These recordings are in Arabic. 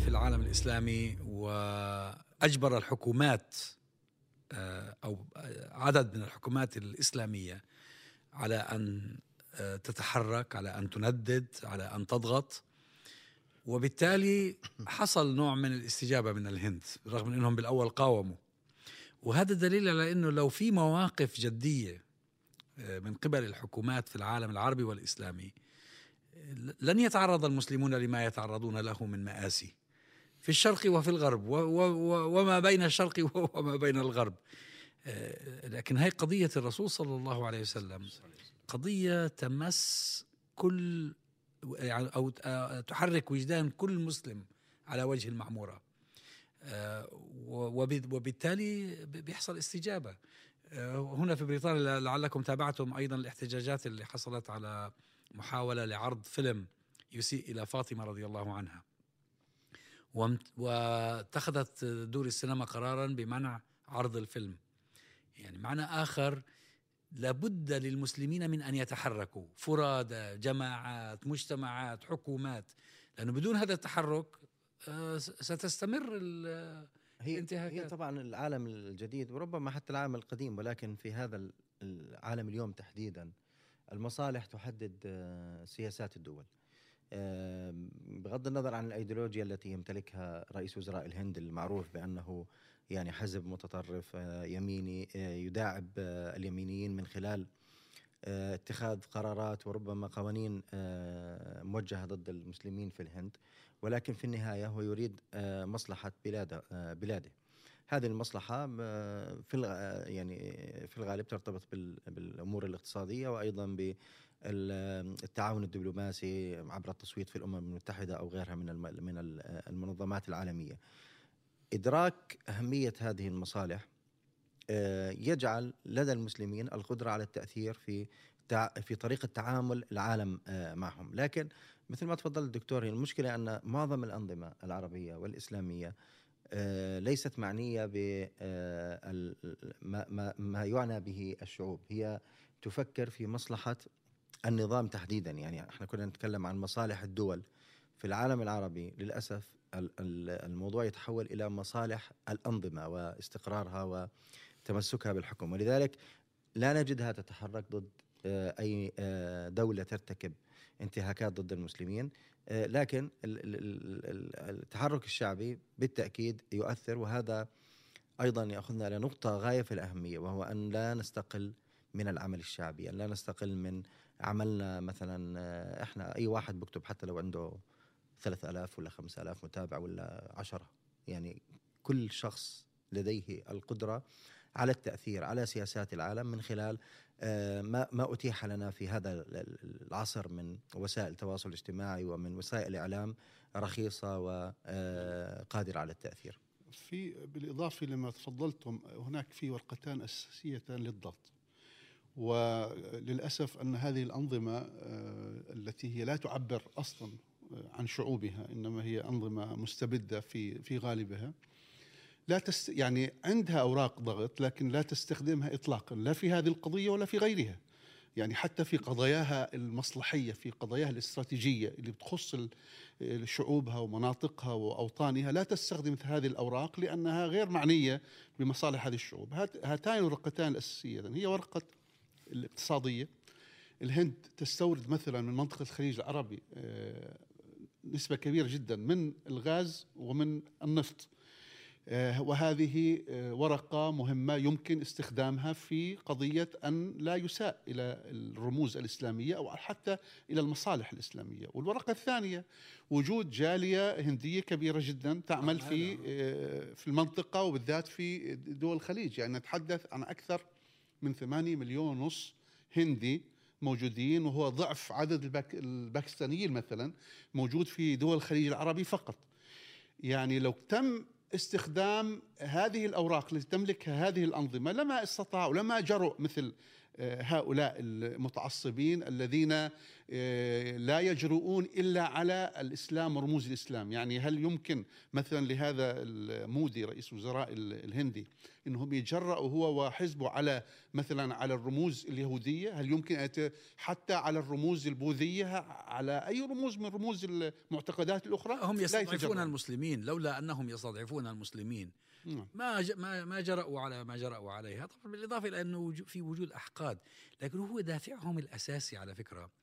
في العالم الإسلامي وأجبر الحكومات أو عدد من الحكومات الإسلامية على أن تتحرك، على أن تندد، على أن تضغط، وبالتالي حصل نوع من الاستجابة من الهند رغم من أنهم بالأول قاوموا. وهذا دليل على أنه لو في مواقف جدية من قبل الحكومات في العالم العربي والإسلامي لن يتعرض المسلمون لما يتعرضون له من مآسي في الشرق وفي الغرب وما بين الشرق وما بين الغرب. لكن هي قضية الرسول صلى الله عليه وسلم قضية تمس كل أو تحرك وجدان كل مسلم على وجه المعمورة، وبالتالي بيحصل استجابة. هنا في بريطانيا لعلكم تابعتم أيضا الاحتجاجات اللي حصلت على محاولة لعرض فيلم يسيء إلى فاطمة رضي الله عنها، واتخذت دور السينما قرارا بمنع عرض الفيلم. يعني معنى آخر، لابد للمسلمين من أن يتحركوا فرادى، جماعات، مجتمعات، حكومات، لأنه بدون هذا التحرك ستستمر الانتهاكات. هي طبعا العالم الجديد وربما حتى العالم القديم، ولكن في هذا العالم اليوم تحديدا المصالح تحدد سياسات الدول، بغض النظر عن الأيديولوجيا التي يمتلكها رئيس وزراء الهند المعروف بأنه يعني حزب متطرف يميني يداعب اليمينيين من خلال اتخاذ قرارات وربما قوانين موجهة ضد المسلمين في الهند، ولكن في النهاية هو يريد مصلحة بلاده. هذه المصلحة في الغالب ترتبط بالأمور الاقتصادية وأيضا بالتعاون الدبلوماسي عبر التصويت في الأمم المتحدة أو غيرها من المنظمات العالمية. إدراك أهمية هذه المصالح يجعل لدى المسلمين القدرة على التأثير في طريقة تعامل العالم معهم. لكن مثل ما تفضل الدكتور، المشكلة أن معظم الأنظمة العربية والإسلامية ليست معنية بما يعنى به الشعوب، هي تفكر في مصلحة النظام تحديدا. يعني احنا كنا نتكلم عن مصالح الدول في العالم العربي، للأسف الموضوع يتحول إلى مصالح الأنظمة واستقرارها وتمسكها بالحكم، ولذلك لا نجدها تتحرك ضد أي دولة ترتكب انتهاكات ضد المسلمين. لكن التحرك الشعبي بالتأكيد يؤثر، وهذا أيضا يأخذنا إلى نقطة غاية في الأهمية، وهو أن لا نستقل من العمل الشعبي، أن لا نستقل من عملنا. مثلا إحنا أي واحد بكتب حتى لو عنده 3000 ولا 5000 متابع ولا 10، يعني كل شخص لديه القدرة على التأثير على سياسات العالم من خلال ما أتيح لنا في هذا العصر من وسائل التواصل الاجتماعي ومن وسائل إعلام رخيصة وقادرة على التأثير. بالإضافة لما تفضلتم، هناك في ورقتان أساسيتان للضغط، وللأسف أن هذه الأنظمة التي هي لا تعبر أصلا عن شعوبها، إنما هي أنظمة مستبدة في غالبها، يعني عندها أوراق ضغط لكن لا تستخدمها إطلاقا، لا في هذه القضية ولا في غيرها. يعني حتى في قضاياها المصلحية، في قضاياها الاستراتيجية اللي بتخص شعوبها ومناطقها وأوطانها، لا تستخدم هذه الأوراق لأنها غير معنية بمصالح هذه الشعوب. هاتان الورقتان الأساسية هي ورقة الاقتصادية. الهند تستورد مثلا من منطقة الخليج العربي نسبة كبيرة جدا من الغاز ومن النفط، وهذه ورقة مهمة يمكن استخدامها في قضية أن لا يساء إلى الرموز الإسلامية أو حتى إلى المصالح الإسلامية. والورقة الثانية وجود جالية هندية كبيرة جدا تعمل في المنطقة وبالذات في دول الخليج. يعني نتحدث عن أكثر من 8.5 مليون هندي موجودين، وهو ضعف عدد الباكستانيين مثلا موجود في دول الخليج العربي فقط. يعني لو تم استخدام هذه الأوراق التي تملكها هذه الأنظمة لما استطاعوا، لما جرؤوا مثل هؤلاء المتعصبين الذين لا يجرؤون إلا على الإسلام ورموز الإسلام. يعني هل يمكن مثلا لهذا المودي رئيس وزراء الهندي إنهم يتجرأوا هو وحزبه على مثلا على الرموز اليهودية؟ هل يمكن حتى على الرموز البوذية، على أي رموز من رموز المعتقدات الأخرى؟ هم يستضعفون المسلمين، لولا أنهم يستضعفون المسلمين ما جرأوا على ما جرأوا عليها. طبعا بالإضافة إلى أنه في وجود أحقاد، لكن هو دافعهم الأساسي على فكرة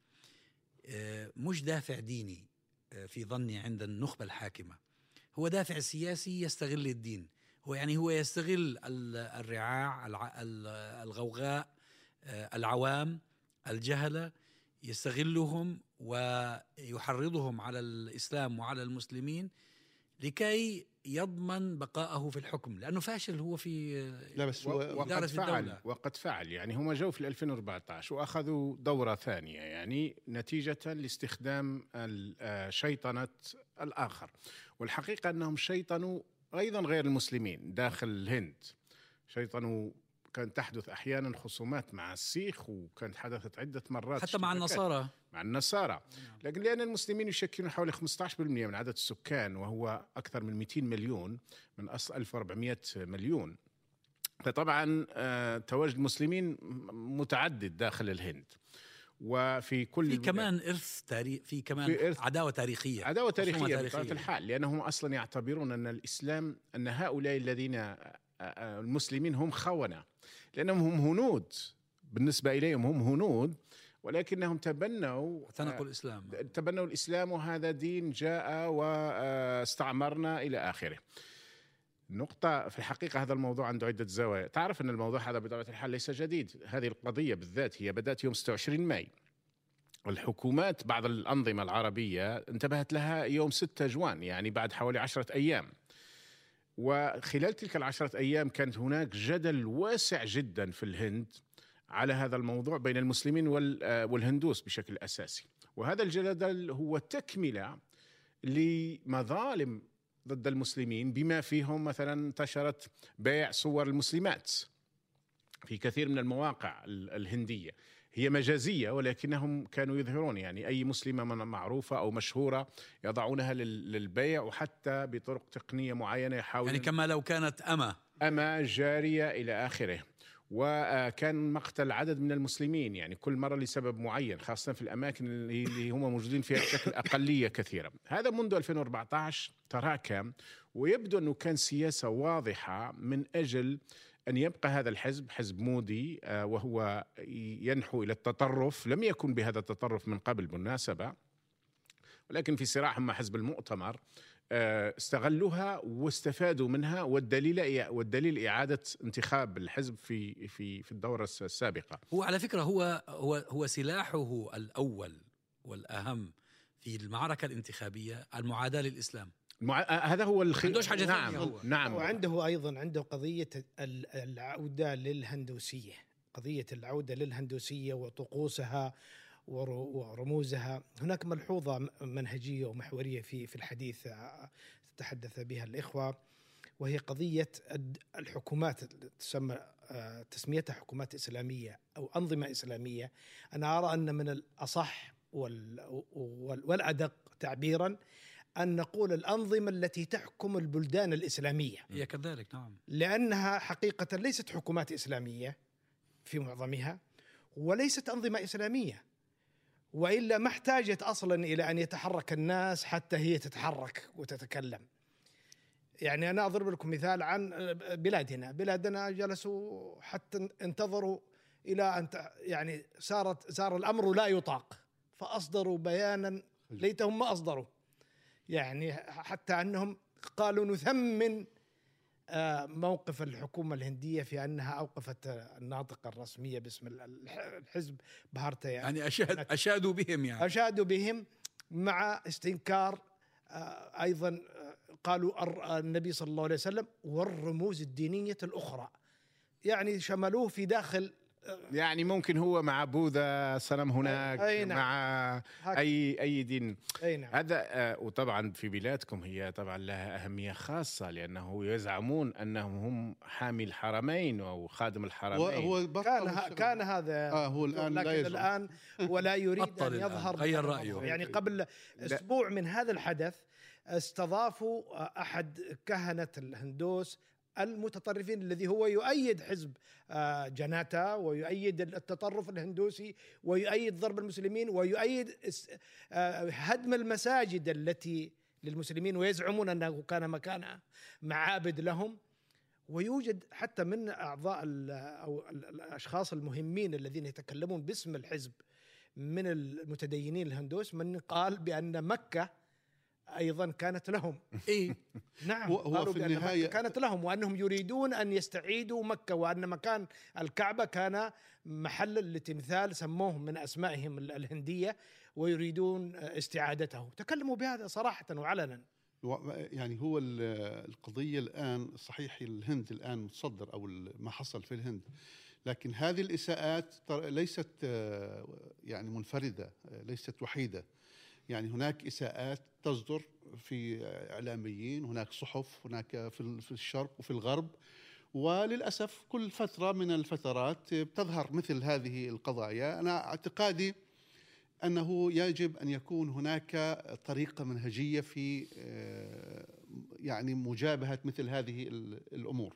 مش دافع ديني في ظني عند النخبة الحاكمة، هو دافع سياسي يستغل الدين. هو يستغل الرعاع، الغوغاء، العوام، الجهلة، يستغلهم ويحرضهم على الإسلام وعلى المسلمين لكي يضمن بقائه في الحكم، لأنه فاشل هو في لا بس وقد فعل وقد فعل. يعني هم جو في 2014 وأخذوا دورة ثانية، يعني نتيجة لاستخدام شيطنة الآخر. والحقيقة أنهم شيطنوا أيضا غير المسلمين داخل الهند، شيطنوا. كانت تحدث أحيانا خصومات مع السيخ، وكانت حدثت عدة مرات حتى مع النصارى. لكن لأن المسلمين يشكلون حوالي 15% من عدد السكان، وهو أكثر من 200 مليون من أصل 1400 مليون، فطبعا تواجد المسلمين متعدد داخل الهند. وفي كل كمان إرث تاريخ، في كمان عداوة تاريخية بطبيعة الحال، لأنهم أصلا يعتبرون أن الإسلام، أن هؤلاء الذين المسلمين هم خونة، لأنهم هم هنود، بالنسبة إليهم هم هنود، ولكنهم تبنوا الإسلام، وهذا دين جاء واستعمرنا إلى آخره. نقطة في الحقيقة هذا الموضوع عنده عدة زوايا. تعرف أن الموضوع هذا بطبيعة الحال ليس جديد، هذه القضية بالذات هي بدأت يوم 26 ماي. الحكومات بعض الأنظمة العربية انتبهت لها يوم 6 جوان، يعني بعد حوالي 10 أيام. وخلال تلك 10 أيام كانت هناك جدل واسع جدا في الهند على هذا الموضوع بين المسلمين والهندوس بشكل أساسي. وهذا الجدل هو تكملة لمظالم ضد المسلمين، بما فيهم مثلا انتشرت بيع صور المسلمات في كثير من المواقع الهندية، هي مجازية ولكنهم كانوا يظهرون يعني أي مسلمة معروفة أو مشهورة يضعونها للبيع، وحتى بطرق تقنية معينة يحاولون، يعني كما لو كانت أما جارية إلى آخره. وكان مقتل عدد من المسلمين يعني كل مرة لسبب معين، خاصة في الأماكن اللي هم موجودين فيها بشكل أقلية كثيرة. هذا منذ 2014 تراكم، ويبدو أنه كان سياسة واضحة من أجل أن يبقى هذا الحزب، حزب مودي، وهو ينحو إلى التطرف. لم يكن بهذا التطرف من قبل بالمناسبة، ولكن في صراعهم مع حزب المؤتمر استغلوها واستفادوا منها. والدليل إعادة انتخاب الحزب في الدورة السابقة. هو على فكرة هو سلاحه الأول والأهم في المعركة الانتخابية المعاداة للإسلام. هذا هو عندوش حاجة ثانية. نعم. وعنده أيضا عنده قضية العودة للهندوسية، قضية العودة للهندوسية وطقوسها ورموزها. هناك ملحوظة منهجية ومحورية في الحديث تتحدث بها الإخوة، وهي قضية الحكومات، تسميتها حكومات إسلامية أو أنظمة إسلامية. أنا أرى أن من الأصح والأدق تعبيرا أن نقول الأنظمة التي تحكم البلدان الإسلامية. هي كذلك، نعم، لأنها حقيقة ليست حكومات إسلامية في معظمها، وليست أنظمة إسلامية، وإلا ما احتاجت أصلا إلى أن يتحرك الناس حتى هي تتحرك وتتكلم. يعني أنا أضرب لكم مثال عن بلادنا جلسوا حتى انتظروا إلى أن يعني صار الأمر لا يطاق، فأصدروا بيانا ليتهم ما أصدروا، يعني حتى أنهم قالوا نثمن موقف الحكومة الهندية في أنها أوقفت الناطقة الرسمية باسم الحزب بهارتيا، يعني أشادوا بهم مع استنكار أيضا قالوا النبي صلى الله عليه وسلم والرموز الدينية الأخرى، يعني شملوه في داخل يعني ممكن هو مع بوذا صنم هناك، أي نعم. مع هكذا. أي دين. أي نعم. هذا وطبعا في بلادكم هي طبعا لها أهمية خاصة، لأنه يزعمون أنهم هم حامي الحرمين أو خادم الحرمين. هو كان هذا هو الآن لا لكن يزعم. الآن ولا يريد أن يظهر. غير رأيه. يعني قبل أسبوع من هذا الحدث استضافوا أحد كهنة الهندوس المتطرفين الذي هو يؤيد حزب جناتا ويؤيد التطرف الهندوسي ويؤيد ضرب المسلمين ويؤيد هدم المساجد التي للمسلمين، ويزعمون أنه كان مكان معابد لهم. ويوجد حتى من أعضاء أو الأشخاص المهمين الذين يتكلمون باسم الحزب من المتدينين الهندوس من قال بأن مكة أيضا كانت لهم. إيه نعم، هو في النهاية كانت لهم، وأنهم يريدون أن يستعيدوا مكة، وأن مكان الكعبة كان محل لتمثال سموه من أسمائهم الهندية ويريدون استعادته. تكلموا بهذا صراحة وعلنا. يعني هو القضية الآن صحيح الهند الآن متصدر أو ما حصل في الهند، لكن هذه الإساءات ليست يعني منفردة، ليست وحيدة. يعني هناك إساءات تصدر في إعلاميين، هناك صحف، هناك في الشرق وفي الغرب، وللأسف كل فترة من الفترات بتظهر مثل هذه القضايا. أنا اعتقادي أنه يجب أن يكون هناك طريقة منهجية في يعني مجابهة مثل هذه الأمور.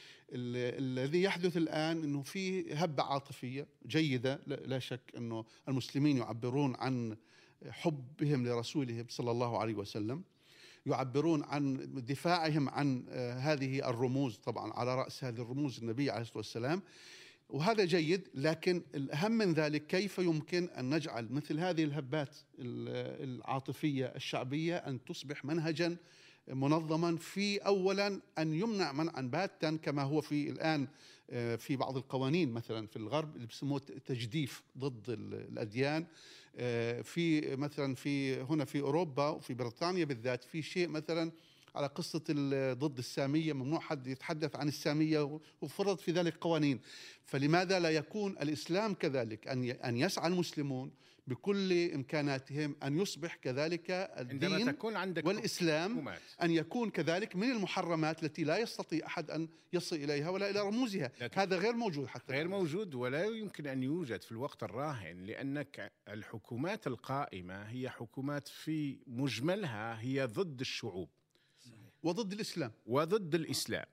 الذي يحدث الآن أنه في هبة عاطفية جيدة، لا شك أنه المسلمين يعبرون عن حبهم لرسولهم صلى الله عليه وسلم، يعبرون عن دفاعهم عن هذه الرموز، طبعا على رأس هذه الرموز النبي عليه الصلاة والسلام، وهذا جيد. لكن الأهم من ذلك كيف يمكن أن نجعل مثل هذه الهبات العاطفية الشعبية أن تصبح منهجا منظما في أولا أن يمنع منعا باتا كما هو في الآن في بعض القوانين مثلا في الغرب اللي بسموه تجديف ضد الأديان. في مثلا هنا في أوروبا وفي بريطانيا بالذات في شيء مثلا على قصة ضد السامية، ممنوع حد يتحدث عن السامية وفرض في ذلك قوانين. فلماذا لا يكون الإسلام كذلك أن يسعى المسلمون بكل إمكاناتهم أن يصبح كذلك الدين والإسلام أن يكون كذلك من المحرمات التي لا يستطيع أحد أن يصل إليها ولا إلى رموزها. هذا غير موجود، حتى غير موجود ولا يمكن أن يوجد في الوقت الراهن، لأنك الحكومات القائمة هي حكومات في مجملها هي ضد الشعوب وضد الإسلام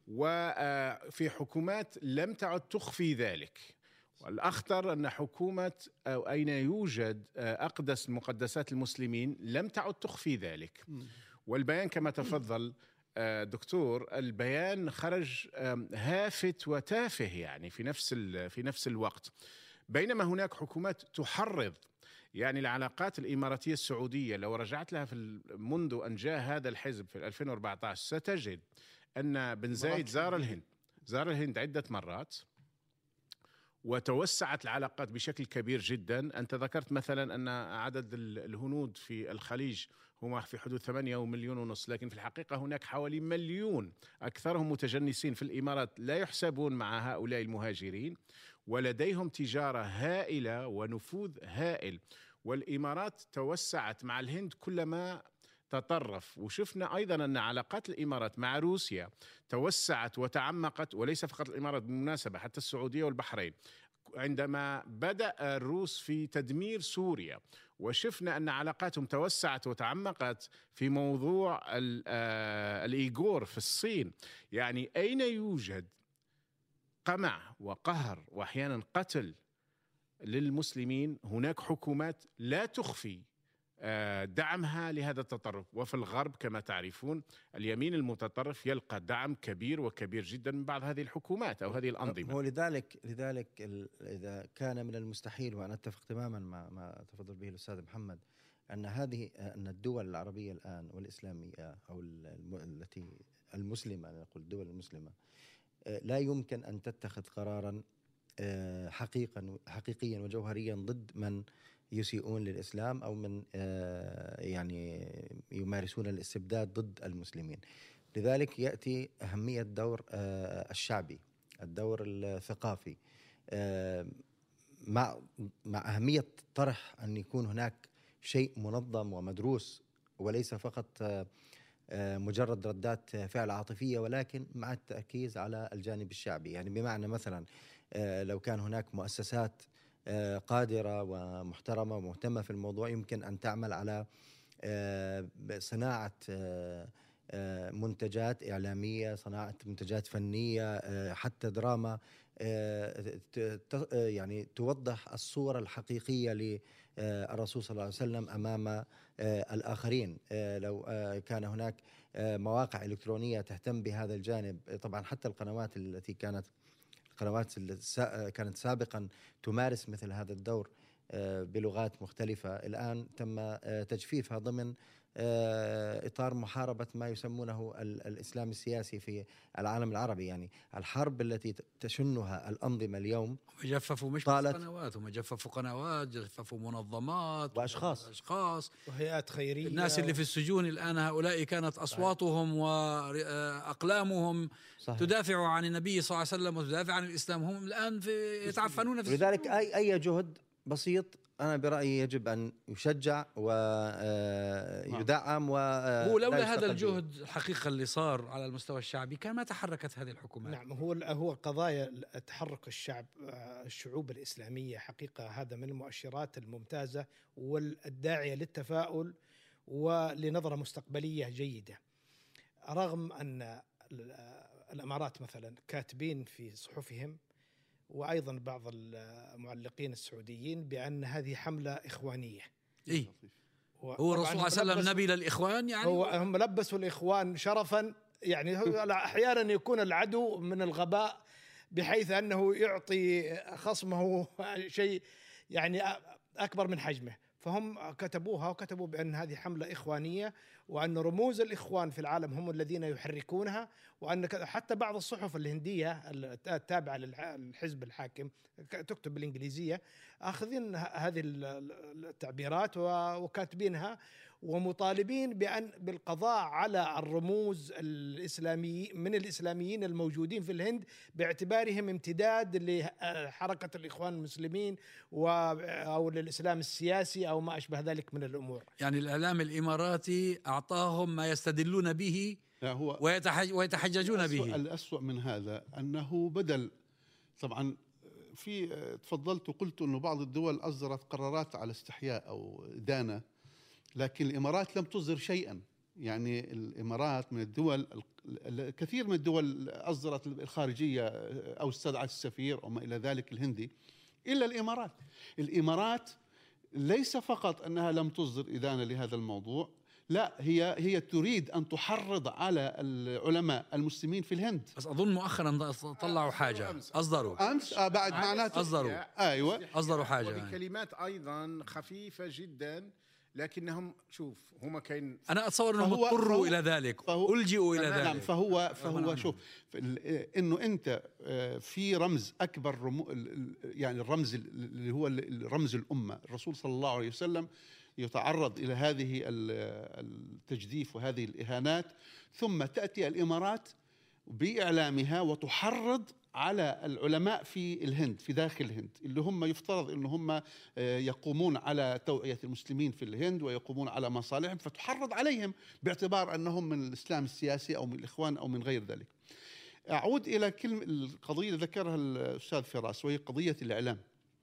وفي حكومات لم تعد تخفي ذلك. والأخطر أن حكومة أو أين يوجد أقدس مقدسات المسلمين لم تعد تخفي ذلك. والبيان كما تفضل دكتور، البيان خرج هافت وتافه يعني في نفس الوقت، بينما هناك حكومات تحرض. يعني العلاقات الإماراتية السعودية لو رجعت لها منذ أن جاء هذا الحزب في 2014 ستجد أن بن زايد زار الهند عدة مرات وتوسعت العلاقات بشكل كبير جدا. أنت ذكرت مثلا أن عدد الهنود في الخليج هم في حدود 8.5 مليون، لكن في الحقيقة هناك حوالي 1 مليون، أكثرهم متجنسين في الإمارات لا يحسبون مع هؤلاء المهاجرين، ولديهم تجارة هائلة ونفوذ هائل. والإمارات توسعت مع الهند كلما تطرف. وشفنا أيضا أن علاقات الإمارات مع روسيا توسعت وتعمقت، وليس فقط الإمارات بالمناسبة، حتى السعودية والبحرين عندما بدأ الروس في تدمير سوريا. وشفنا أن علاقاتهم توسعت وتعمقت في موضوع الإيغور في الصين. يعني أين يوجد قمع وقهر وأحيانا قتل للمسلمين هناك حكومات لا تخفي دعمها لهذا التطرف. وفي الغرب كما تعرفون اليمين المتطرف يلقى دعم كبير وكبير جدا من بعض هذه الحكومات أو هذه الأنظمة. هو لذلك إذا كان من المستحيل، وأنا أتفق تماما مع ما تفضل به الأستاذ محمد، أن الدول العربية الآن والإسلامية أو التي المسلمة، نقول الدول المسلمة، لا يمكن أن تتخذ قرارا حقيقيا وجوهريا ضد من يسيئون للإسلام أو من يعني يمارسون الاستبداد ضد المسلمين. لذلك يأتي أهمية الدور الشعبي، الدور الثقافي، مع أهمية طرح أن يكون هناك شيء منظم ومدروس، وليس فقط مجرد ردات فعل عاطفية، ولكن مع التركيز على الجانب الشعبي. يعني بمعنى مثلا لو كان هناك مؤسسات قادرة ومحترمة ومهتمة في الموضوع، يمكن أن تعمل على صناعة منتجات إعلامية، صناعة منتجات فنية، حتى دراما، يعني توضح الصورة الحقيقية للرسول صلى الله عليه وسلم أمام الآخرين. لو كان هناك مواقع إلكترونية تهتم بهذا الجانب، طبعا حتى القنوات التي كانت سابقا تمارس مثل هذا الدور بلغات مختلفة، الآن تم تجفيفها ضمن إطار محاربة ما يسمونه الإسلام السياسي في العالم العربي. يعني الحرب التي تشنها الأنظمة اليوم جففوا مش بس قنوات، هم جففوا قنوات، جففوا منظمات وأشخاص وهيئات خيرية. الناس اللي في السجون الآن هؤلاء كانت أصواتهم وأقلامهم تدافع عن النبي صلى الله عليه وسلم وتدافع عن الإسلام، هم الآن يتعفنون في لذلك أي جهد بسيط أنا برأيي يجب أن يشجع ويدعم. هو لولا هذا الجهد الحقيقة اللي صار على المستوى الشعبي كان ما تحركت هذه الحكومات. نعم، هو قضايا تحرك الشعوب الإسلامية حقيقة هذا من المؤشرات الممتازة والداعية للتفاؤل ولنظرة مستقبلية جيدة، رغم أن الإمارات مثلا كاتبين في صحفهم وأيضا بعض المعلقين السعوديين بأن هذه حملة إخوانية. هو الرسول صلى الله عليه وسلم نبي للإخوان، يعني هم لبسوا الإخوان شرفا. يعني أحيانا يكون العدو من الغباء بحيث أنه يعطي خصمه شيء يعني أكبر من حجمه، فهم كتبوها وكتبوا بأن هذه حملة إخوانية، وأن رموز الإخوان في العالم هم الذين يحركونها، وأن حتى بعض الصحف الهندية التابعة للحزب الحاكم تكتب بالإنجليزية أخذين هذه التعبيرات وكاتبينها ومطالبين بالقضاء على الرموز الإسلامي من الإسلاميين الموجودين في الهند باعتبارهم امتداد لحركة الإخوان المسلمين أو للإسلام السياسي أو ما أشبه ذلك من الأمور. يعني الإعلام الإماراتي أعطاهم ما يستدلون به ويتحججون به. الأسوأ من هذا أنه بدل، طبعا في تفضلت وقلت أنه بعض الدول أصدرت قرارات على استحياء أو إدانة، لكن الإمارات لم تصدر شيئا. يعني الإمارات من الدول، كثير من الدول أصدرت الخارجية أو استدعت السفير أو ما إلى ذلك الهندي، إلا الإمارات ليس فقط أنها لم تصدر إدانة لهذا الموضوع، لا هي تريد أن تحرض على العلماء المسلمين في الهند. بس أظن مؤخرا طلعوا حاجة، أصدروا أمس بعد معناته أصدروا حاجة بكلمات أيضا خفيفة جدا، لكنهم هم كاين، أنا أتصور أنهم اضطروا إلى ذلك، ألجئوا إلى ذلك. نعم، فهو شوف إنه أنت في رمز أكبر، يعني الرمز اللي هو رمز الأمة، الرسول صلى الله عليه وسلم يتعرض إلى هذه التجديف وهذه الإهانات، ثم تأتي الإمارات بإعلامها وتحرض على العلماء في الهند، في داخل الهند، اللي هم يفترض أن هم يقومون على توعية المسلمين في الهند ويقومون على مصالحهم، فتحرض عليهم باعتبار أنهم من الإسلام السياسي أو من الإخوان أو من غير ذلك. أعود إلى القضية اللي ذكرها الأستاذ فراس، وهي قضية الإعلام.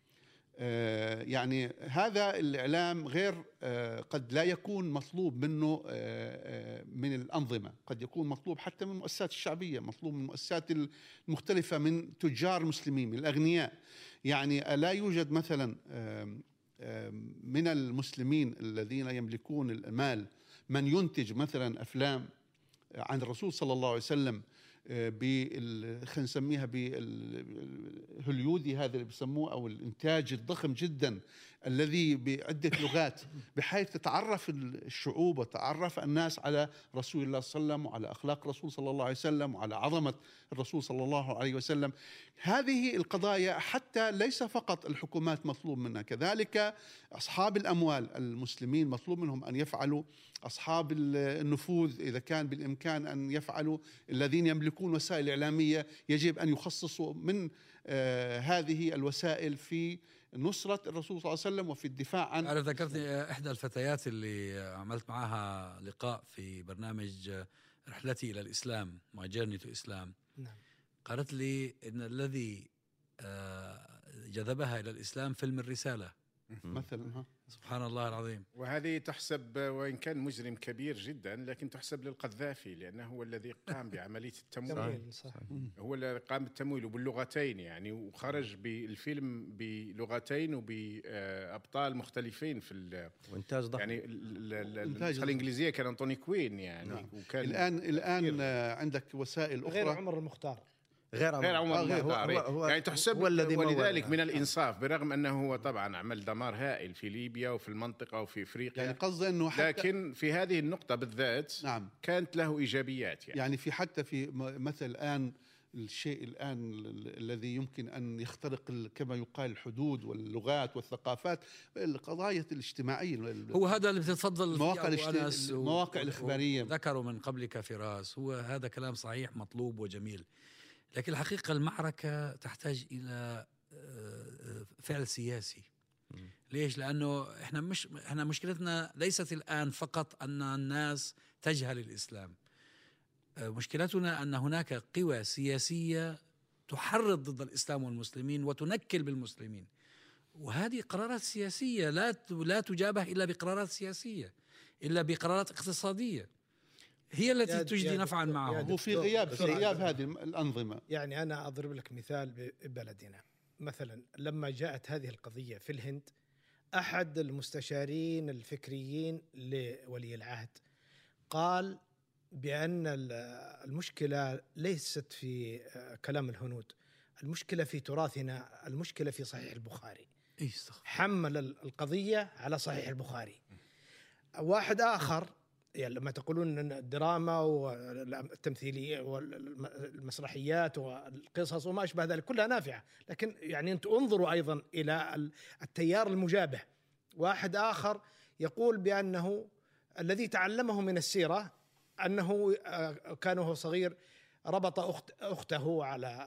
يعني هذا الإعلام غير قد لا يكون مطلوب منه من الأنظمة، قد يكون مطلوب حتى من المؤسسات الشعبية، مطلوب من المؤسسات المختلفة، من تجار المسلمين، من الأغنياء. يعني لا يوجد مثلا من المسلمين الذين يملكون المال من ينتج مثلا أفلام عن الرسول صلى الله عليه وسلم خلينا نسميها بالهوليودي، هذا اللي بيسموه، او الانتاج الضخم جدا الذي بعدة لغات، بحيث تتعرف الشعوب وتعرف الناس على رسول الله صلى الله عليه وسلم وعلى أخلاق الرسول صلى الله عليه وسلم وعلى عظمة الرسول صلى الله عليه وسلم. هذه القضايا حتى ليس فقط الحكومات مطلوب منها، كذلك أصحاب الأموال المسلمين مطلوب منهم أن يفعلوا، أصحاب النفوذ إذا كان بالإمكان أن يفعلوا، الذين يملكون وسائل إعلامية يجب أن يخصصوا من هذه الوسائل في نصرة الرسول صلى الله عليه وسلم وفي الدفاع عن. أنا ذكرتني إحدى الفتيات اللي عملت معها لقاء في برنامج رحلتي إلى الإسلام، My Journey to Islam. نعم. قالت لي إن الذي جذبها إلى الإسلام فيلم الرسالة مثلا. سبحان الله العظيم. وهذه تحسب، وإن كان مجرم كبير جدا، لكن تحسب للقذافي، لأنه هو الذي قام بعملية التمويل. صح. هو الذي قام بالتمويل وباللغتين يعني، وخرج بالفيلم بلغتين وبأبطال مختلفين في وإنتاج ضخم. يعني النسخة الإنجليزية كان أنتوني كوين يعني. نعم. وكان الآن عندك وسائل أخرى غير عمر المختار. غير عمر المختار يعني تحسب، ولذلك من الإنصاف برغم أنه هو طبعا عمل دمار هائل في ليبيا وفي المنطقة وفي إفريقيا، يعني قصده أنه لكن في هذه النقطة بالذات نعم كانت له إيجابيات يعني في حتى في مثل الآن الشيء الآن الذي يمكن أن يخترق كما يقال الحدود واللغات والثقافات، القضايا الاجتماعية. هو هذا اللي بتتفضل المواقع الإخبارية ذكروا من قبلك فراس، هو هذا كلام صحيح مطلوب وجميل، لكن الحقيقة المعركة تحتاج إلى فعل سياسي. ليش؟ لأنه إحنا مشكلتنا ليست الآن فقط أن الناس تجهل الإسلام، مشكلتنا أن هناك قوى سياسية تحرض ضد الإسلام والمسلمين وتنكل بالمسلمين، وهذه قرارات سياسية لا تجابه إلا بقرارات سياسية، إلا بقرارات اقتصادية هي التي تجدي نفعا معهم. وفي غياب هذه الأنظمة. يعني أنا أضرب لك مثال ببلدنا مثلا، لما جاءت هذه القضية في الهند، أحد المستشارين الفكريين لولي العهد قال بأن المشكلة ليست في كلام الهنود، المشكلة في تراثنا، المشكلة في صحيح البخاري. حمل القضية على صحيح البخاري. واحد آخر يعني لما تقولون أن الدراما والتمثيلية والمسرحيات والقصص وما أشبه ذلك كلها نافعة، لكن يعني أنت انظروا أيضا إلى التيار المجابه. واحد آخر يقول بأنه الذي تعلمه من السيرة أنه كان وهو صغير ربط أخته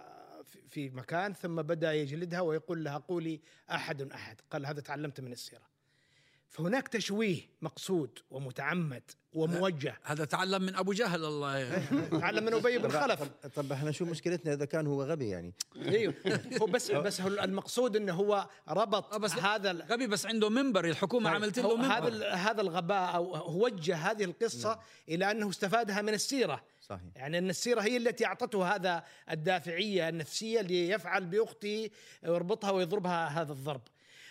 في مكان ثم بدأ يجلدها ويقول لها قولي أحد، قال هذا تعلمت من السيرة. فهناك تشويه مقصود ومتعمد وموجه. هذا تعلم من أبو جهل، الله تعلم من أبي بن خلف. طب احنا شو مشكلتنا إذا كان هو غبي يعني؟ ايوه هو بس هو المقصود انه هو ربط هذا غبي، بس عنده منبر، الحكومة عملت له منبر. هذا الغباء او وجه هذه القصة الى انه استفادها من السيرة. صحيح. يعني ان السيرة هي التي اعطته هذا الدافعية النفسية ليفعل باخته ويربطها ويضربها هذا الضرب.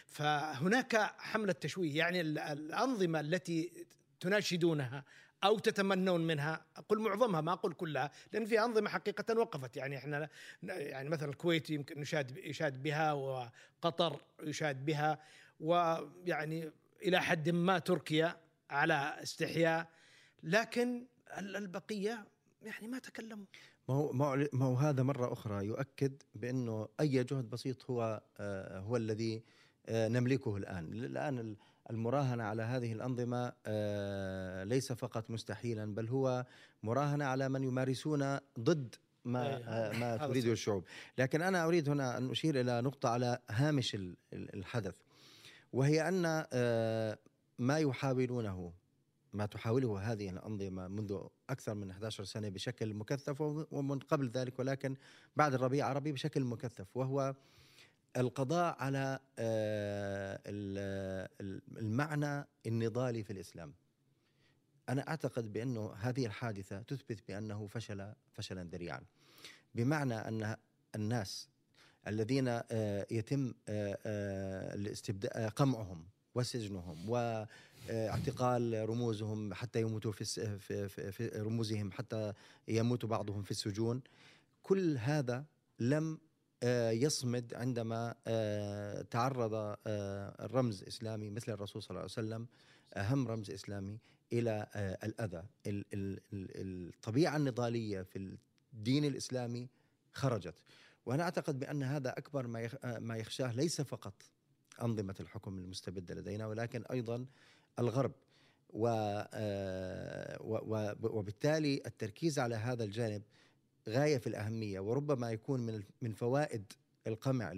فهناك حملة تشويه. يعني الأنظمة التي تناشدونها أو تتمنون منها، أقول معظمها ما أقول كلها، لأن في أنظمة حقيقة وقفت. يعني إحنا يعني مثلا الكويت يمكن يشاد بها، وقطر يشاد بها، ويعني إلى حد ما تركيا على استحياء، لكن البقية يعني ما تكلموا. ما هو هذا مرة أخرى يؤكد بأنه أي جهد بسيط هو الذي نملكه الآن المراهنة على هذه الأنظمة ليس فقط مستحيلا، بل هو مراهنة على من يمارسون ضد ما تريده الشعوب. لكن أنا أريد هنا أن أشير إلى نقطة على هامش الحدث، وهي أن ما تحاوله هذه الأنظمة منذ أكثر من 11 سنة بشكل مكثف، ومن قبل ذلك ولكن بعد الربيع العربي بشكل مكثف، وهو القضاء على المعنى النضالي في الإسلام. أنا أعتقد بأنه هذه الحادثة تثبت بأنه فشلا ذريعا، بمعنى أن الناس الذين يتم قمعهم وسجنهم واعتقال رموزهم حتى يموتوا في رموزهم، حتى يموت بعضهم في السجون، كل هذا لم يصمد عندما تعرض الرمز إسلامي مثل الرسول صلى الله عليه وسلم، أهم رمز إسلامي، إلى الأذى. الطبيعة النضالية في الدين الإسلامي خرجت، وأنا أعتقد بأن هذا أكبر ما يخشاه ليس فقط أنظمة الحكم المستبدة لدينا، ولكن أيضا الغرب، وبالتالي التركيز على هذا الجانب غاية في الأهمية، وربما يكون من فوائد القمع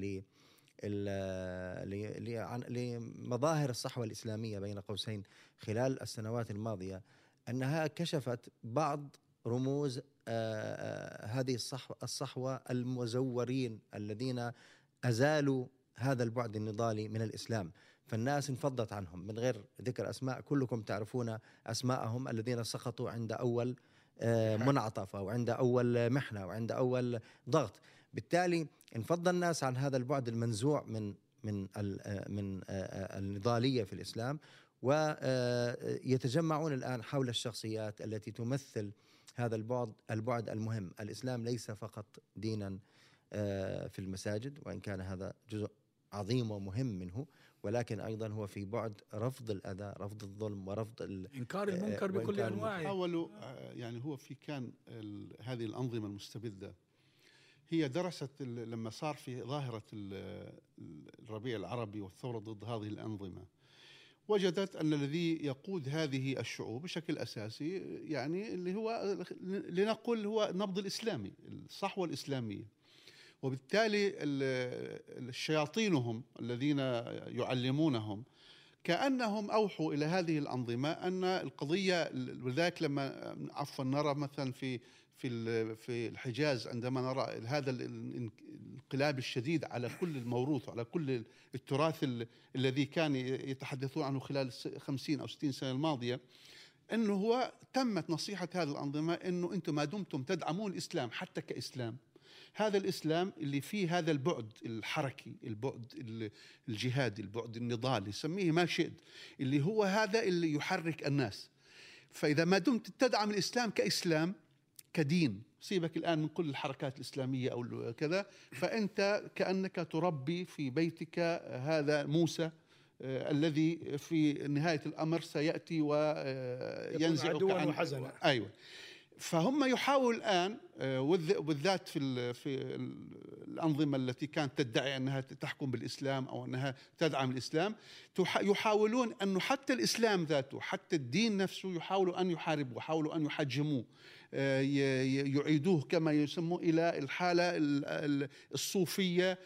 لمظاهر الصحوة الإسلامية بين قوسين خلال السنوات الماضية، أنها كشفت بعض رموز هذه الصحوة المزورين الذين أزالوا هذا البعد النضالي من الإسلام. فالناس انفضت عنهم من غير ذكر أسماء، كلكم تعرفون أسماءهم، الذين سقطوا عند أول منعطف أو عند أول محنة أو عند أول ضغط. بالتالي انفض الناس عن هذا البعد المنزوع من النضالية في الإسلام، ويتجمعون الآن حول الشخصيات التي تمثل هذا البعد المهم. الإسلام ليس فقط دينا في المساجد، وإن كان هذا جزء عظيم ومهم منه، ولكن أيضا هو في بعد رفض الأذى، رفض الظلم، ورفض إنكار المنكر بكل أنواعه. حاولوا يعني هو في كان هذه الأنظمة المستبدة هي درست لما صار في ظاهرة الربيع العربي والثورة ضد هذه الأنظمة، وجدت أن الذي يقود هذه الشعوب بشكل أساسي يعني اللي هو لنقل هو النبض الإسلامي، الصحوة الإسلامية. وبالتالي الشياطينهم الذين يعلمونهم كأنهم أوحوا إلى هذه الأنظمة أن القضية، ولذلك لما عفوا نرى مثلا في الحجاز عندما نرى هذا الانقلاب الشديد على كل الموروث وعلى كل التراث الذي كان يتحدثون عنه خلال 50 أو 60 سنة الماضية، أنه هو تمت نصيحة هذه الأنظمة أنه أنتم ما دمتم تدعمون الإسلام حتى كإسلام، هذا الإسلام اللي فيه هذا البعد الحركي، البعد الجهادي، البعد النضالي، سميه ما شئت، اللي هو هذا اللي يحرك الناس. فإذا ما دمت تدعم الإسلام كإسلام كدين، سيبك الآن من كل الحركات الإسلامية أو كذا، فأنت كأنك تربي في بيتك هذا موسى الذي في نهاية الأمر سيأتي وينزعك عدوا وحزنا. أيوة. فهم يحاول الآن وبالذات في الأنظمة التي كانت تدعي أنها تحكم بالإسلام أو أنها تدعم الإسلام، يحاولون أنه حتى الإسلام ذاته، حتى الدين نفسه، يحاولوا أن يحاربوا، يحاولوا أن يحجموه، يعيدوه كما يسموه إلى الحالة الصوفية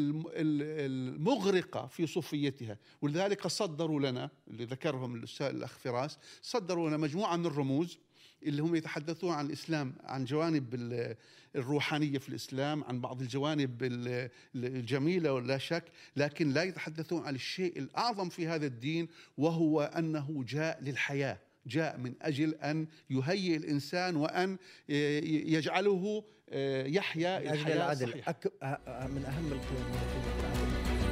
المغرقة في صوفيتها. ولذلك صدروا لنا، اللي ذكرهم الأخ فراس، صدروا لنا مجموعة من الرموز اللي هم يتحدثون عن الإسلام، عن جوانب الروحانية في الإسلام، عن بعض الجوانب الجميلة ولا شك، لكن لا يتحدثون عن الشيء الأعظم في هذا الدين، وهو أنه جاء للحياة، جاء من أجل أن يهيئ الإنسان وأن يجعله يحيا من أجل العدل. من أهم القيم العدل.